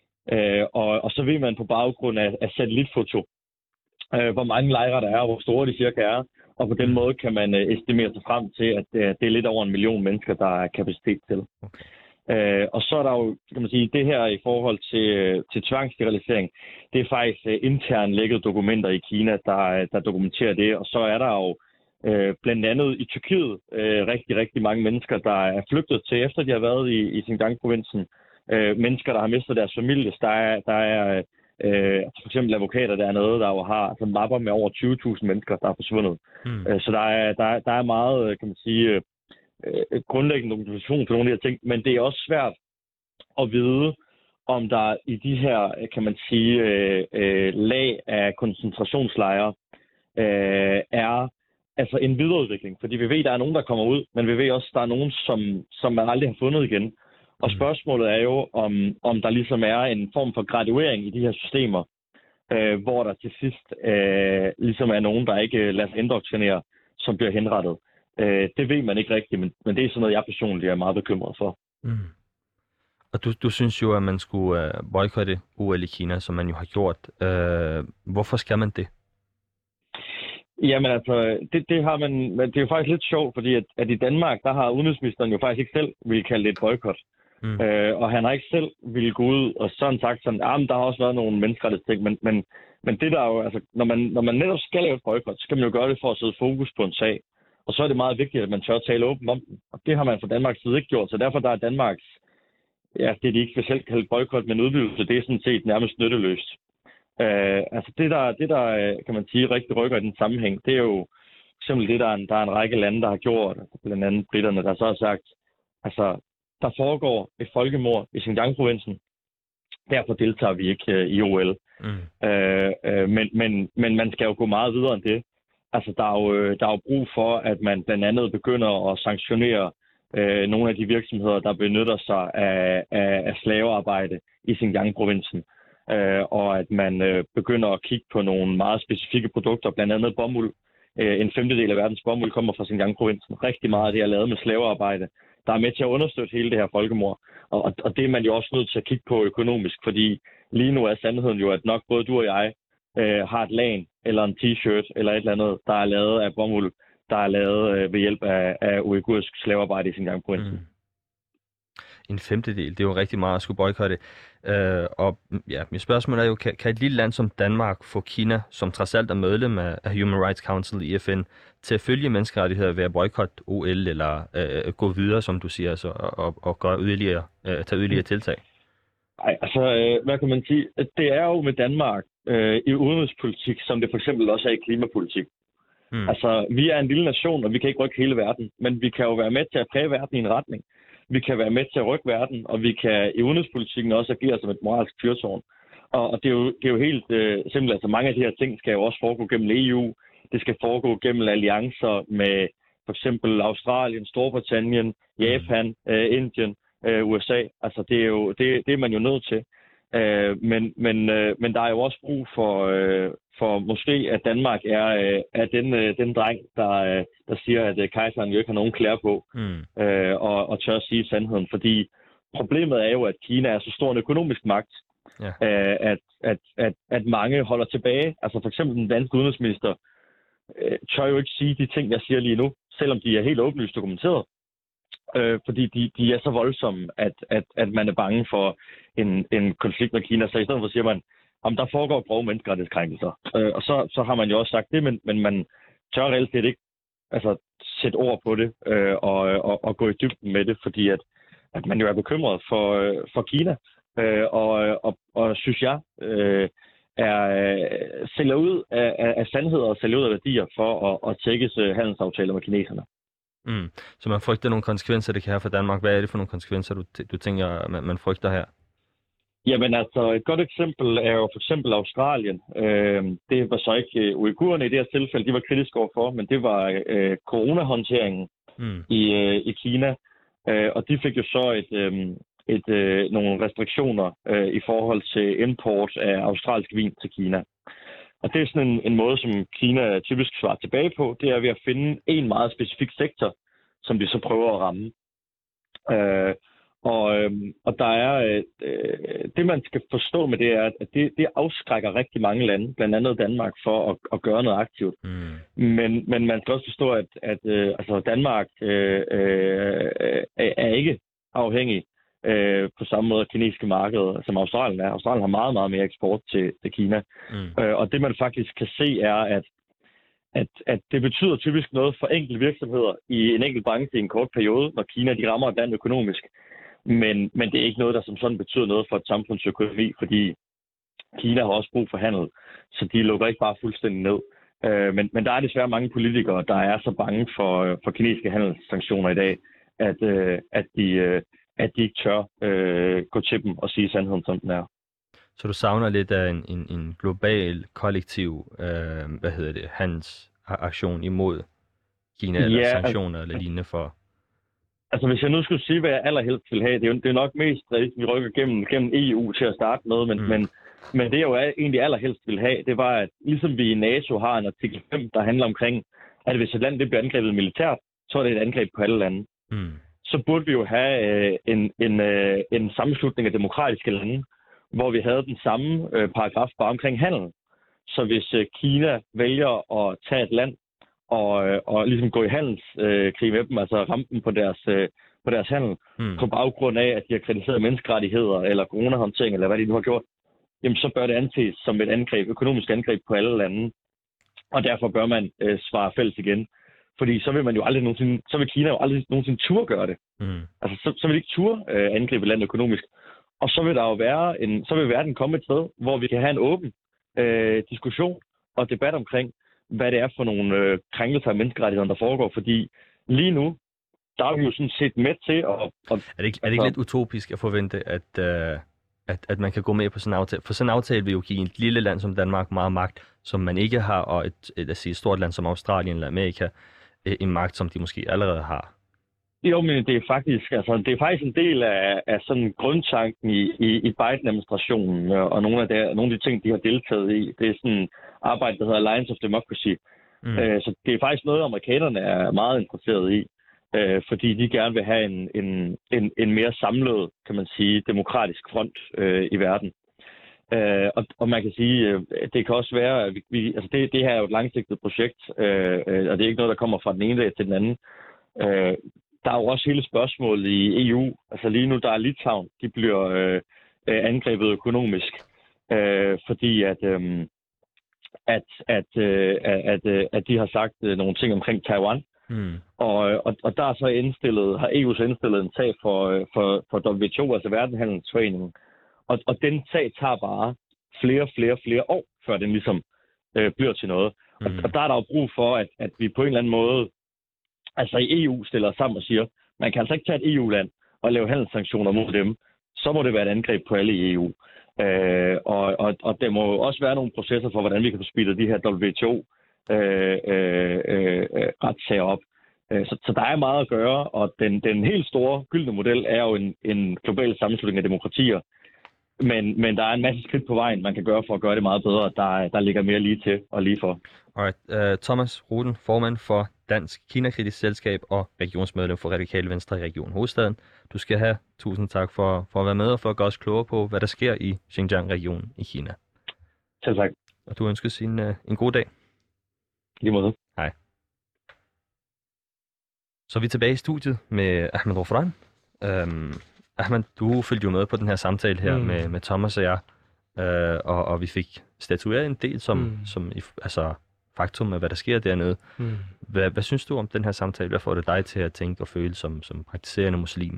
Og så ved man på baggrund af satellitfoto, hvor mange lejre der er, og hvor store de cirka er. Og på den måde kan man estimere sig frem til, at det er lidt over 1 million mennesker, der er kapacitet til. Og så er der jo, kan man sige, det her i forhold til tvangssterilisering, det er faktisk internt lækkede dokumenter i Kina, der dokumenterer det. Og så er der jo blandt andet i Tyrkiet rigtig, rigtig mange mennesker, der er flygtet til, efter de har været i Xinjiang-provinsen. Mennesker, der har mistet deres familie. Der er for eksempel advokater dernede, der jo har altså mapper med over 20.000 mennesker, der er forsvundet. Så der er meget, kan man sige, grundlæggende dokumentation for nogle af de her ting, men det er også svært at vide, om der i de her, kan man sige, lag af koncentrationslejre er altså en videreudvikling. Fordi vi ved, at der er nogen, der kommer ud, men vi ved også, at der er nogen, som man aldrig har fundet igen. Og spørgsmålet er jo, om der ligesom er en form for graduering i de her systemer, hvor der til sidst ligesom er nogen, der ikke lader sig indoktrinere, som bliver henrettet. Det ved man ikke rigtigt, men det er sådan noget, jeg personligt er meget bekymret for.
Og du synes jo, at man skulle boykotte OL i Kina, som man jo har gjort. Hvorfor skal man det?
Jamen altså, det har man, men det er jo faktisk lidt sjovt, fordi at i Danmark, der har udenrigsministeren jo faktisk ikke selv ville kalde det et boykot. Og han har ikke selv ville gå ud og sådan sagt sådan, men der har også været nogle menneskerettighedsting, men det der er jo, altså, når man netop skal lave et boykot, så kan man jo gøre det for at sætte fokus på en sag. Og så er det meget vigtigt, at man tør tale åbent om den. Og det har man fra Danmarks side ikke gjort, så derfor der er Danmarks, det de ikke vil selv kalde boykot, men udvidelse, det er sådan set nærmest nytteløst. Altså det der kan man sige rigtig rykker i den sammenhæng, det er jo simpelthen det, der er en række lande, der har gjort, blandt andet britterne, der så har sagt, altså der foregår et folkemord i Xinjiang-provinsen, derfor deltager vi ikke i OL. Men man skal jo gå meget videre end det. Altså der er jo brug for, at man blandt andet begynder at sanktionere nogle af de virksomheder, der benytter sig af slavearbejde i Xinjiang-provinsen. Og at man begynder at kigge på nogle meget specifikke produkter, blandt andet bomuld. En femtedel af verdens bomuld kommer fra Xinjiang-provinsen. Rigtig meget af det er lavet med slavearbejde, der er med til at understøtte hele det her folkemord. Og det er man jo også nødt til at kigge på økonomisk, fordi lige nu er sandheden jo, at nok både du og jeg har et lagen eller en t-shirt eller et eller andet, der er lavet af bomuld, der er lavet ved hjælp af uigursk slavearbejde i Xinjiang-provinsen.
En femtedel, det er jo rigtig meget at skulle boykotte. Og ja, mit spørgsmål er jo, kan et lille land som Danmark få Kina, som trods alt er medlem af Human Rights Council i FN, til at følge menneskerettigheder ved at boykotte OL eller gå videre, som du siger, altså, og gøre tage yderligere tiltag?
Nej, altså, hvad kan man sige? Det er jo med Danmark i udenrigspolitik, som det for eksempel også er i klimapolitik. Altså, vi er en lille nation, og vi kan ikke rykke hele verden, men vi kan jo være med til at præge verden i en retning. Vi kan være med til at rykke verden, og vi kan i udenrigspolitikken også agere som et moralsk fyrtårn. Og det er jo helt simpelthen, altså mange af de her ting skal jo også foregå gennem EU. Det skal foregå gennem alliancer for eksempel Australien, Storbritannien, Japan, Indien, USA. Altså det er jo det er man jo nødt til. Men der er jo også brug for måske, at Danmark er den dreng, der siger, at kejseren jo ikke har nogen klæder på, og tør at sige sandheden. Fordi problemet er jo, at Kina er så stor en økonomisk magt, at mange holder tilbage. Altså for eksempel den danske udenrigsminister tør jo ikke sige de ting, jeg siger lige nu, selvom de er helt åbenlyst dokumenteret. Fordi de er så voldsomme, at man er bange for en konflikt med Kina. Så i stedet for siger man, om der foregår grove menneskerettighedskrænkelser. Og så har man jo også sagt det, men man tør reelt set ikke sætte ord på det og gå i dybden med det, fordi at man jo er bekymret for Kina. Og synes jeg, sælger ud af sandheder og sælger ud af værdier for at tækkes handelsaftaler med kineserne.
Så man frygter nogle konsekvenser, det kan have for Danmark. Hvad er det for nogle konsekvenser, du tænker, man frygter her? Jamen altså, et godt eksempel er jo for eksempel Australien. Det var så ikke uigurerne i det her tilfælde, de var kritiske overfor, men det var coronahåndteringen i Kina. Og de fik jo så nogle restriktioner i forhold til import af australsk vin til Kina. Og det er sådan en måde, som Kina typisk svarer tilbage på. Det er ved at finde en meget specifik sektor, som de så prøver at ramme. Og der er det, man skal forstå med det, er, at det afskrækker rigtig mange lande, blandt andet Danmark, for at gøre noget aktivt. Men man skal også forstå, at Danmark er ikke afhængig på samme måde af kinesiske markeder, som Australien er. Australien har meget, meget mere eksport til Kina. Og det, man faktisk kan se, er, at det betyder typisk noget for enkelte virksomheder i en enkelt branche i en kort periode, når Kina de rammer et land økonomisk. Men det er ikke noget, der som sådan betyder noget for et samfundsøkonomi, fordi Kina har også brug for handel, så de lukker ikke bare fuldstændig ned. Men der er desværre mange politikere, der er så bange for kinesiske handelssanktioner i dag, at de ikke tør gå til dem og sige sandheden, som den er. Så du savner lidt af en global, kollektiv handelsaktion imod Kina, eller sanktioner eller lignende for?
Altså hvis jeg nu skulle sige, hvad jeg allerhelst vil have, det er nok mest, at vi rykker gennem EU til at starte med, men det jeg jo egentlig allerhelst vil have, det var, at ligesom vi i NATO har en artikel 5, der handler omkring, at hvis et land det bliver angrebet militært, så er det et angreb på alle lande. Så burde vi jo have en sammenslutning af demokratiske lande, hvor vi havde den samme paragraf bare omkring handel. Så hvis Kina vælger at tage et land og ligesom gå i handelskrig med dem, altså ramme dem på deres handel, på baggrund af, at de har kritiseret menneskerettigheder eller coronahåndtering, eller hvad de nu har gjort, jamen så bør det anses som et angreb, økonomisk angreb på alle lande. Og derfor bør man svare fælles igen. Fordi så vil man jo aldrig nogensinde, så vil Kina jo aldrig nogensinde turde gøre det. Altså så vil de ikke turde angribe landet økonomisk. Og så vil der jo så vil verden komme et sted, hvor vi kan have en åben diskussion og debat omkring, hvad det er for nogle krænkelser af menneskerettigheder, der foregår. Fordi lige nu, der er vi jo sådan set med til at...
Er det ikke lidt utopisk at forvente, at man kan gå med på sådan en aftale? For sådan en aftale vil jo give et lille land som Danmark meget magt, som man ikke har, og et stort land som Australien eller Amerika en magt, som de måske allerede har.
Jo, men det er faktisk en del af sådan grundtanken i Biden-administrationen, og nogle af de ting, de har deltaget i. Det er sådan et arbejde, der hedder Alliance of Democracy. Så det er faktisk noget, amerikanerne er meget interesseret i, fordi de gerne vil have en mere samlet, kan man sige, demokratisk front i verden. Og man kan sige, det kan også være, at det her er jo et langsigtet projekt, og det er ikke noget, der kommer fra den ene dag til den anden. Der er jo også hele spørgsmålet i EU. Altså lige nu, der er Litauen, de bliver angrebet økonomisk, fordi at de har sagt nogle ting omkring Taiwan. Og der er så har EU så indstillet en sag for WTO, altså Verdenshandelsforeningen. Og den sag tager bare flere år, før den ligesom bliver til noget. Og der er der jo brug for, at vi på en eller anden måde, altså i EU stiller os sammen og siger, man kan altså ikke tage et EU-land og lave handelssanktioner mod dem. Så må det være et angreb på alle i EU. Og der må også være nogle processer for, hvordan vi kan få speedet de her WTO retssager op. Så der er meget at gøre, og den helt store gyldne model er jo en global sammenslutning af demokratier. Men der er en masse skridt på vejen, man kan gøre for at gøre det meget bedre. Der ligger mere lige til og lige for.
Alright. Thomas Ruden, formand for Dansk Kina-kritisk Selskab og regionsmedlem for Radikale Venstre i Region Hovedstaden. Du skal have tusind tak for at være med og for at gøre os klogere på, hvad der sker i Xinjiang-regionen i Kina.
Selv tak.
Og du ønsker en god dag.
Lige måde.
Hej. Så er vi tilbage i studiet med Ahmed Rofran. Ahmed, du følte jo med på den her samtale her med Thomas og jeg, og vi fik statueret en del altså faktum af, hvad der sker dernede. Hvad synes du om den her samtale? Hvad får det dig til at tænke og føle som praktiserende muslim?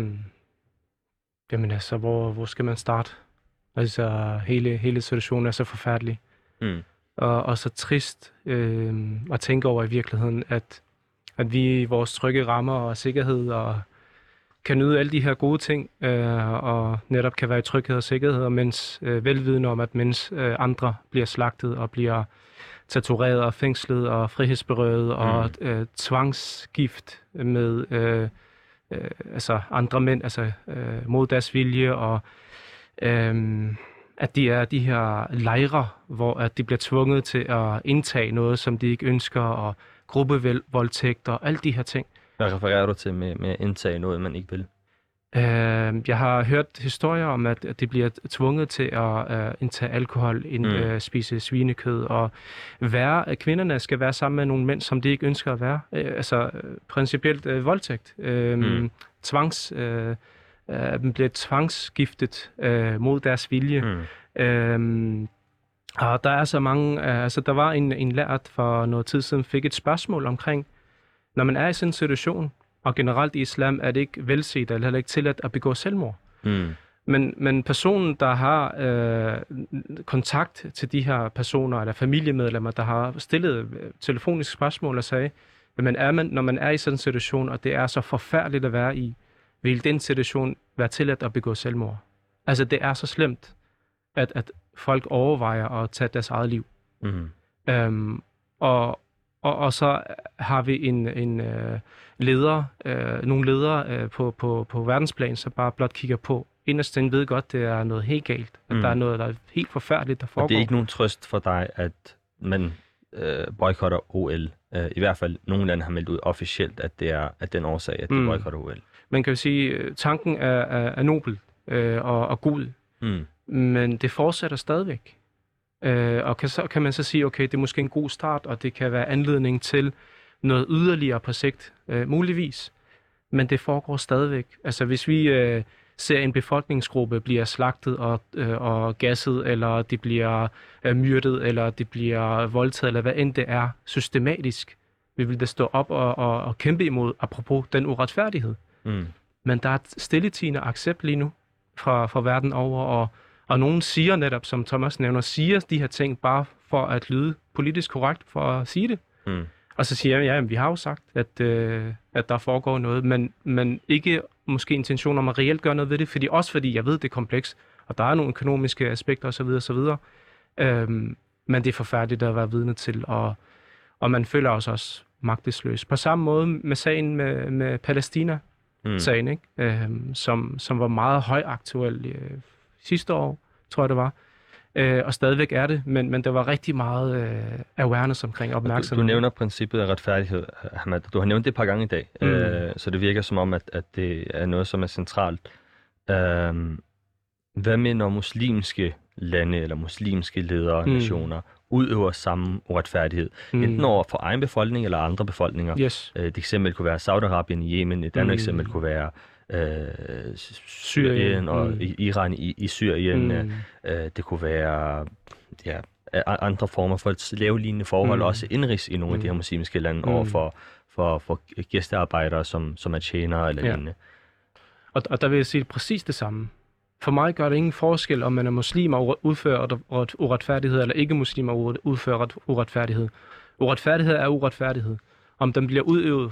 Jamen altså, hvor skal man starte? Altså, hele situationen er så forfærdelig. Og så trist at tænke over i virkeligheden, at vi i vores trygge rammer og sikkerhed og kan nyde alle de her gode ting, og netop kan være i tryghed og sikkerhed, mens velvidende om, at mens andre bliver slagtet og bliver tortureret og fængslet og frihedsberøvet og tvangsgift med altså andre mænd, altså mod deres vilje, og at de er de her lejre, hvor at de bliver tvunget til at indtage noget, som de ikke ønsker, og gruppevoldtægter og alle de her ting.
Hvad refererer du til med at indtage noget, man ikke vil?
Jeg har hørt historier om, at de bliver tvunget til at indtage alkohol, spise svinekød, og kvinderne skal være sammen med nogle mænd, som de ikke ønsker at være. Altså principielt voldtægt. Bliver tvangsgiftet mod deres vilje. Og der er så mange... altså der var en lært for noget tid siden, fik et spørgsmål omkring, når man er i sådan en situation, og generelt i islam er det ikke velset eller heller ikke tilladt at begå selvmord. Men personen, der har kontakt til de her personer, eller familiemedlemmer, der har stillet telefoniske spørgsmål og sagde, når man er i sådan en situation, og det er så forfærdeligt at være i, vil den situation være tilladt at begå selvmord? Altså det er så slemt, at folk overvejer at tage deres eget liv. Og så har vi nogle ledere på verdensplan, som bare blot kigger på. Inderst inde ved godt, det er noget helt galt. At der er noget, der er helt forfærdeligt, der foregår.
Og det er ikke nogen trøst for dig, at man boykotter OL. I hvert fald nogle lande har meldt ud officielt, at det er den årsag, at de boykotter OL.
Man kan jo sige, at tanken er nobel og god, men det fortsætter stadigvæk. Og så kan man så sige, okay, det er måske en god start, og det kan være anledning til noget yderligere på sigt, muligvis. Men det foregår stadigvæk. Altså hvis vi ser en befolkningsgruppe bliver slagtet og gasset, eller de bliver myrdet, eller de bliver voldtaget, eller hvad end det er, systematisk, vi vil da stå op og kæmpe imod, apropos den uretfærdighed. Men der er et stilletigende accept lige nu fra verden over, og nogen siger netop, som Thomas nævner, siger de her ting bare for at lyde politisk korrekt, for at sige det. Og så siger jeg, ja, vi har jo sagt, at der foregår noget, men ikke måske intention om at reelt gøre noget ved det, fordi jeg ved, det er kompleks, og der er nogle økonomiske aspekter osv. Men det er forfærdeligt at være vidne til, og man føler også magtesløs. På samme måde med sagen med Palæstina-sagen, ikke? Som var meget højaktuel sidste år, tror jeg det var. Og stadigvæk er det, men der var rigtig meget awareness omkring opmærksomhed.
Du nævner princippet af retfærdighed, Ahmed. Du har nævnt det et par gange i dag, så det virker som om, at det er noget, som er centralt. Hvad med når muslimske lande eller muslimske ledere, nationer, udøver samme uretfærdighed? Enten over for egen befolkning eller andre befolkninger.
Yes.
Et eksempel kunne være Saudi-Arabien i Yemen, et andet eksempel kunne være Syrien og Iran i Syrien. Det kunne være andre former for slavelignende forhold, også indrigs i nogle af de her muslimske lande over for gæstearbejdere, som er tjenere eller lignende.
Og der vil jeg sige præcis det samme. For mig gør det ingen forskel, om man er muslim og udfører uretfærdighed, eller ikke muslim og udfører uretfærdighed. Uretfærdighed er uretfærdighed. Om den bliver udøvet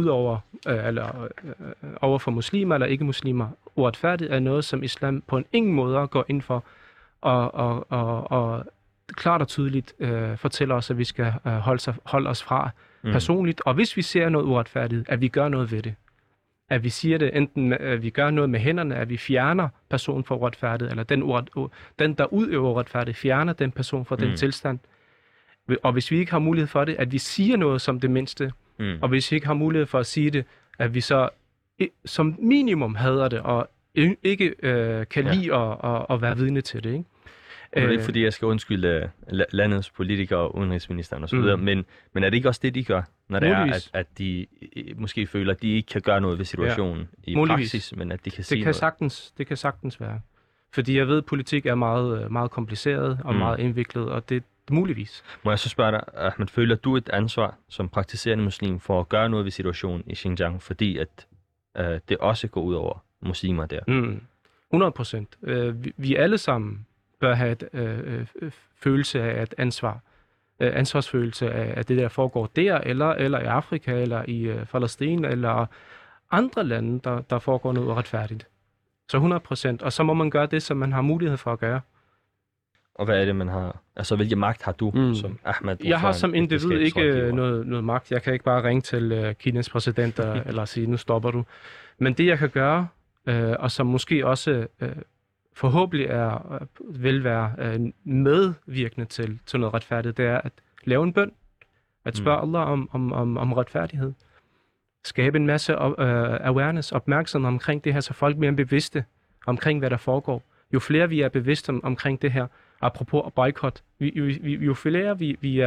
over for muslimer eller ikke muslimer. Uretfærdighed er noget, som islam på ingen måde går ind for og klart og tydeligt fortæller os, at vi skal holde os fra personligt. Og hvis vi ser noget uretfærdigt, at vi gør noget ved det. At vi siger det, enten at vi gør noget med hænderne, at vi fjerner personen fra uretfærdigt, eller den, der udøver uretfærdigt, fjerner den person fra den tilstand. Og hvis vi ikke har mulighed for det, at vi siger noget som det mindste, og hvis vi ikke har mulighed for at sige det, at vi så som minimum hader det, og ikke kan lide at være vidne til det, ikke?
Det er ikke fordi, jeg skal undskylde landets politikere og udenrigsministeren osv., men er det ikke også det, de gør, når det er, at de måske føler, at de ikke kan gøre noget ved situationen i praksis, men at de kan sige noget?
Det kan sagtens være. Fordi jeg ved, at politik er meget, meget kompliceret og meget indviklet, og det er muligvis.
Må jeg så spørge dig, at man føler du et ansvar som praktiserende muslim for at gøre noget ved situationen i Xinjiang, fordi at det også går ud over muslimer der?
100%. Vi alle sammen bør have et følelse af et ansvarsfølelse af det, der foregår der, eller i Afrika, eller i Palæstina, eller andre lande, der foregår noget uretfærdigt. Så 100%. Og så må man gøre det, som man har mulighed for at gøre.
Og hvad er det, man har? Altså, hvilken magt har du som Ahmed?
Jeg har som individ ikke noget magt. Jeg kan ikke bare ringe til Kinas præsident eller sige, nu stopper du. Men det, jeg kan gøre, og som måske også forhåbentlig vil være medvirkende til noget retfærdigt, det er at lave en bøn. At spørge Allah om retfærdighed. Skabe en masse awareness, opmærksomhed omkring det her, så folk bliver bevidste omkring, hvad der foregår. Jo flere vi er bevidste omkring det her, apropos boykot, jo flere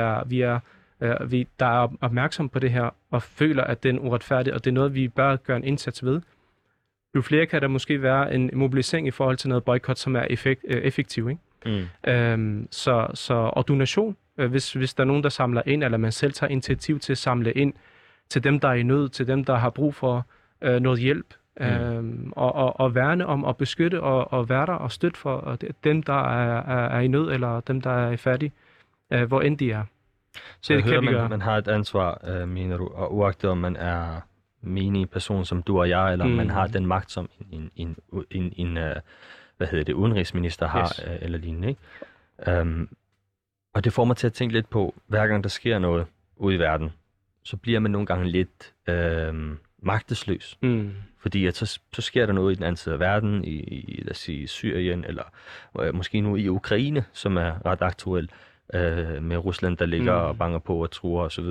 vi der er opmærksom på det her, og føler, at det er uretfærdigt, og det er noget, vi bør gøre en indsats ved, jo flere kan der måske være en mobilisering i forhold til noget boykot, som er effektiv, ikke? Og donation, hvis der er nogen, der samler ind, eller man selv tager initiativ til at samle ind, til dem, der er i nød, til dem, der har brug for noget hjælp, og værne om og beskytte og være der og støtte for dem, der er i nød, eller dem, der er fattige, hvor end de er.
Så jeg hører, man har et ansvar, mener du, og uagtet om man er menig person som du og jeg, eller man har den magt, som en udenrigsminister har, eller lignende, ikke? Og det får mig til at tænke lidt på, hver gang der sker noget ude i verden, så bliver man nogle gange lidt magtesløs. Fordi at så sker der noget i den anden side af verden, i lad os sige, Syrien, eller måske nu i Ukraine, som er ret aktuel, med Rusland, der ligger og banker på og truer osv.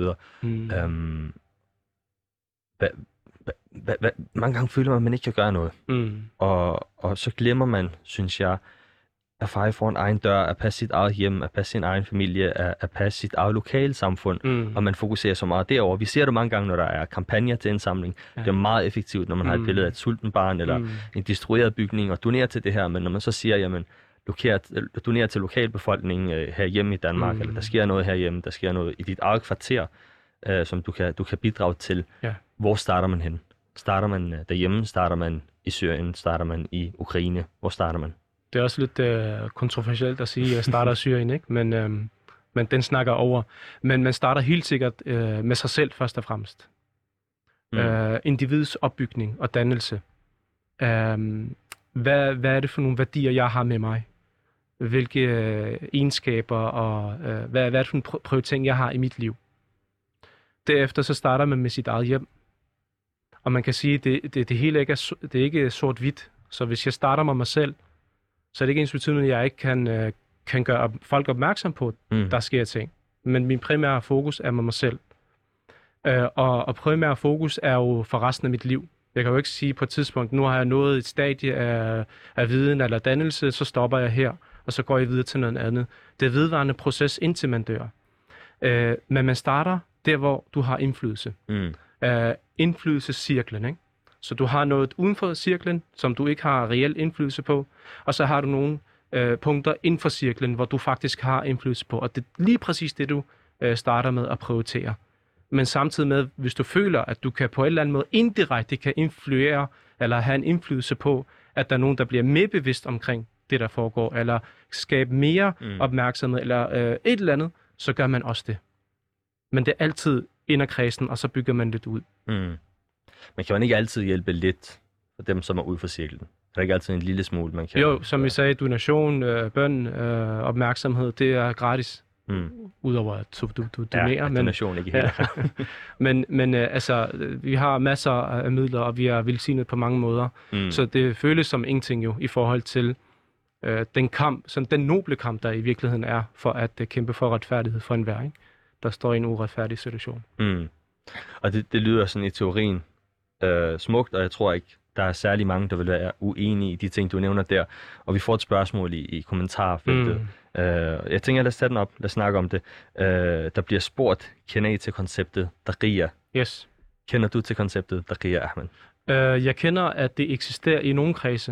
Mange gange føler man, at man ikke kan gøre noget. Og så glemmer man, synes jeg, at feje foran egen dør, at passe sit eget hjem, at passe sin egen familie, at passe sit eget lokalsamfund, og man fokuserer så meget derover. Vi ser det mange gange, når der er kampagner til indsamling. Det er meget effektivt, når man har et billede af et sulten barn, eller en destrueret bygning, og donerer til det her, men når man så siger, jamen, donerer til lokalbefolkningen herhjemme i Danmark, eller der sker noget herhjemme, der sker noget i dit eget kvarter, som du kan bidrage til. Hvor starter man hen? Starter man derhjemme? Starter man i Syrien? Starter man i Ukraine? Hvor starter man?
Det er også lidt kontroversielt at sige, at jeg starter i Syrien, ikke? Men den snakker over. Men man starter helt sikkert med sig selv først og fremmest. Individets opbygning og dannelse. Hvad er det for nogle værdier, jeg har med mig? Hvilke egenskaber og hvad er det for en prioritering, jeg har i mit liv? Derefter så starter man med sit eget hjem. Og man kan sige, at det hele ikke det er ikke sort-hvidt. Så hvis jeg starter med mig selv, så er det ikke ens betydning, at jeg ikke kan gøre folk opmærksom på, at der sker ting. Men min primære fokus er med mig selv. Og primære fokus er jo for resten af mit liv. Jeg kan jo ikke sige på et tidspunkt, nu har jeg nået et stadie af viden eller dannelse, så stopper jeg her, og så går jeg videre til noget andet. Det er vedvarende proces, indtil man dør. Men man starter der, hvor du har indflydelse. Indflydelsescirklen, ikke? Så du har noget uden for cirklen, som du ikke har reel indflydelse på, og så har du nogle punkter inden for cirklen, hvor du faktisk har indflydelse på. Og det er lige præcis det, du starter med at prioritere. Men samtidig med, hvis du føler, at du kan på en eller anden måde indirekte kan influere, eller have en indflydelse på, at der er nogen, der bliver mere bevidst omkring det, der foregår, eller skabe mere opmærksomhed, eller et eller andet, så gør man også det. Men det er altid inderkredsen, og så bygger man lidt ud.
Men kan man ikke altid hjælpe lidt for dem, som er ude for cirklen? Der er ikke altid en lille smule, man kan...
Jo, som vi sagde, donation, bøn, opmærksomhed, det er gratis. Udover at du donerer.
Ja, donation ikke helt.
men altså, vi har masser af midler, og vi er velsignet på mange måder. Så det føles som ingenting jo, i forhold til den kamp, sådan den noble kamp, der i virkeligheden er, for at kæmpe for retfærdighed for enhver, ikke? Der står i en uretfærdig situation.
Og det lyder sådan i teorien smukt, og jeg tror ikke, der er særlig mange, der vil være uenige i de ting, du nævner der. Og vi får et spørgsmål i kommentarfeltet. Jeg tænker, lad os tage den op. Lad os snakke om det. Der bliver spurgt, kender I til konceptet Daqiya?
Yes.
Kender du til konceptet Daqiya, Ahmed?
Jeg kender, at det eksisterer i nogle kredse.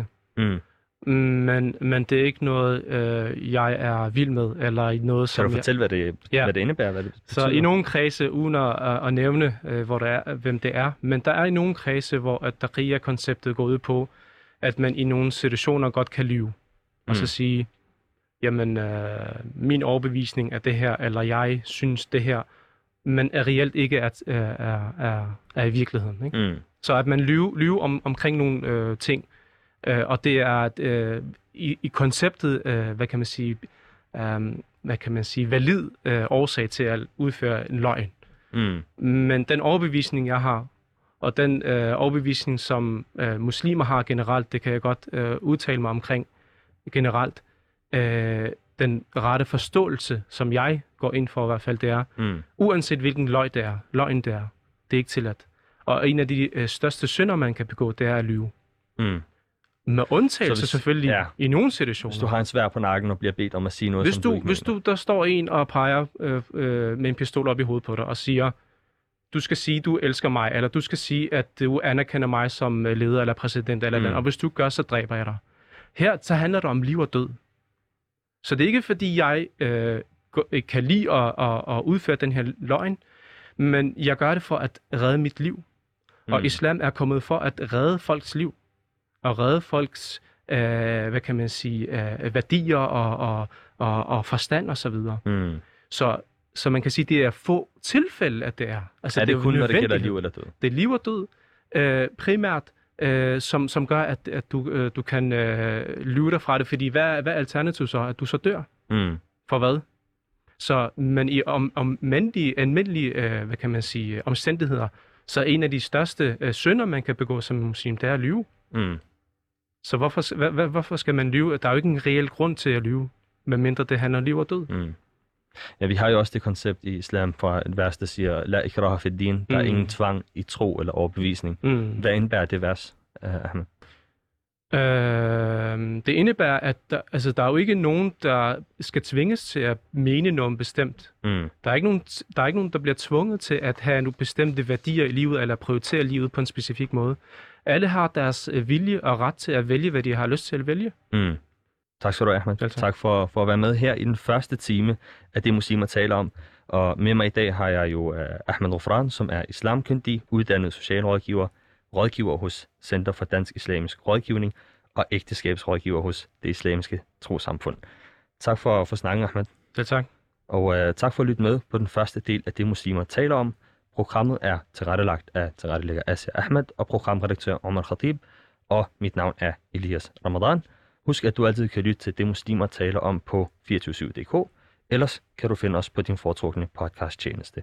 Men det er ikke noget, jeg er vild med, eller noget, som...
Kan du fortælle, hvad det indebærer? Hvad det betyder?
Så i nogle kredse, uden at nævne, hvem det er, men der er i nogle kredse, hvor at Daqiya-konceptet går ud på, at man i nogle situationer godt kan lyve. Og så sige, jamen, min overbevisning er det her, eller jeg synes det her, men er reelt ikke er i virkeligheden. Ikke? Så at man lyver omkring nogle ting, og det er i konceptet, hvad kan man sige, valid årsag til at udføre en løgn. Men den overbevisning, jeg har, og den overbevisning, som muslimer har generelt, det kan jeg godt udtale mig omkring generelt, den rette forståelse, som jeg går ind for i hvert fald, det er, uanset hvilken løgn det er, det er ikke tilladt. Og en af de største synder, man kan begå, det er at lyve. Med undtagelse selvfølgelig i nogle situationer.
Hvis du har en sværd på nakken og bliver bedt om at sige noget,
hvis der står en og peger med en pistol op i hovedet på dig og siger, du skal sige, du elsker mig, eller du skal sige, at du anerkender mig som leder eller præsident, eller og hvis du gør, så dræber jeg dig. Her så handler det om liv og død. Så det er ikke, fordi jeg kan lide at udføre den her løgn, men jeg gør det for at redde mit liv. Og islam er kommet for at redde folks liv. Og redde folks, hvad kan man sige, værdier og forstand og så videre. Så man kan sige, det er få tilfælde, at det er. Altså,
er det kun, når det gælder liv eller død?
Det er liv og død, primært, som gør, at du kan lyve dig fra det. Fordi hvad er alternativet så? At du så dør? For hvad? Så, men i almindelige, hvad kan man sige, omstændigheder, så en af de største synder, man kan begå som muslim, det er at lyve. Så hvorfor skal man lyve? Der er jo ikke en reel grund til at lyve, medmindre det handler om liv og død.
Ja, vi har jo også det koncept i islam fra et vers, der siger, La ikraha fi din, der er ingen tvang i tro eller overbevisning. Hvad indebærer det vers, Ahmed?
Det indebærer, at der er jo ikke nogen, der skal tvinges til at mene noget bestemt. Der er ikke nogen, der bliver tvunget til at have nogle bestemte værdier i livet, eller prioritere livet på en specifik måde. Alle har deres vilje og ret til at vælge, hvad de har lyst til at vælge.
Tak skal du have, Ahmed. Tak for at være med her i den første time af det, muslimer taler om. Og med mig i dag har jeg jo Ahmed Rofran, som er islamkyndig, uddannet socialrådgiver hos Center for Dansk Islamisk Rådgivning og ægteskabsrådgiver hos Det Islamiske Trossamfund. Tak for snakken, Ahmed.
Selv tak.
Og tak for at lytte med på den første del af det, muslimer taler om. Programmet er tilrettelagt af tilrettelægger Asia Ahmed og programredaktør Omar Khatib, og mit navn er Elias Ramadan. Husk, at du altid kan lytte til det, muslimer taler om på 247.dk. Ellers kan du finde os på din foretrukne podcasttjeneste.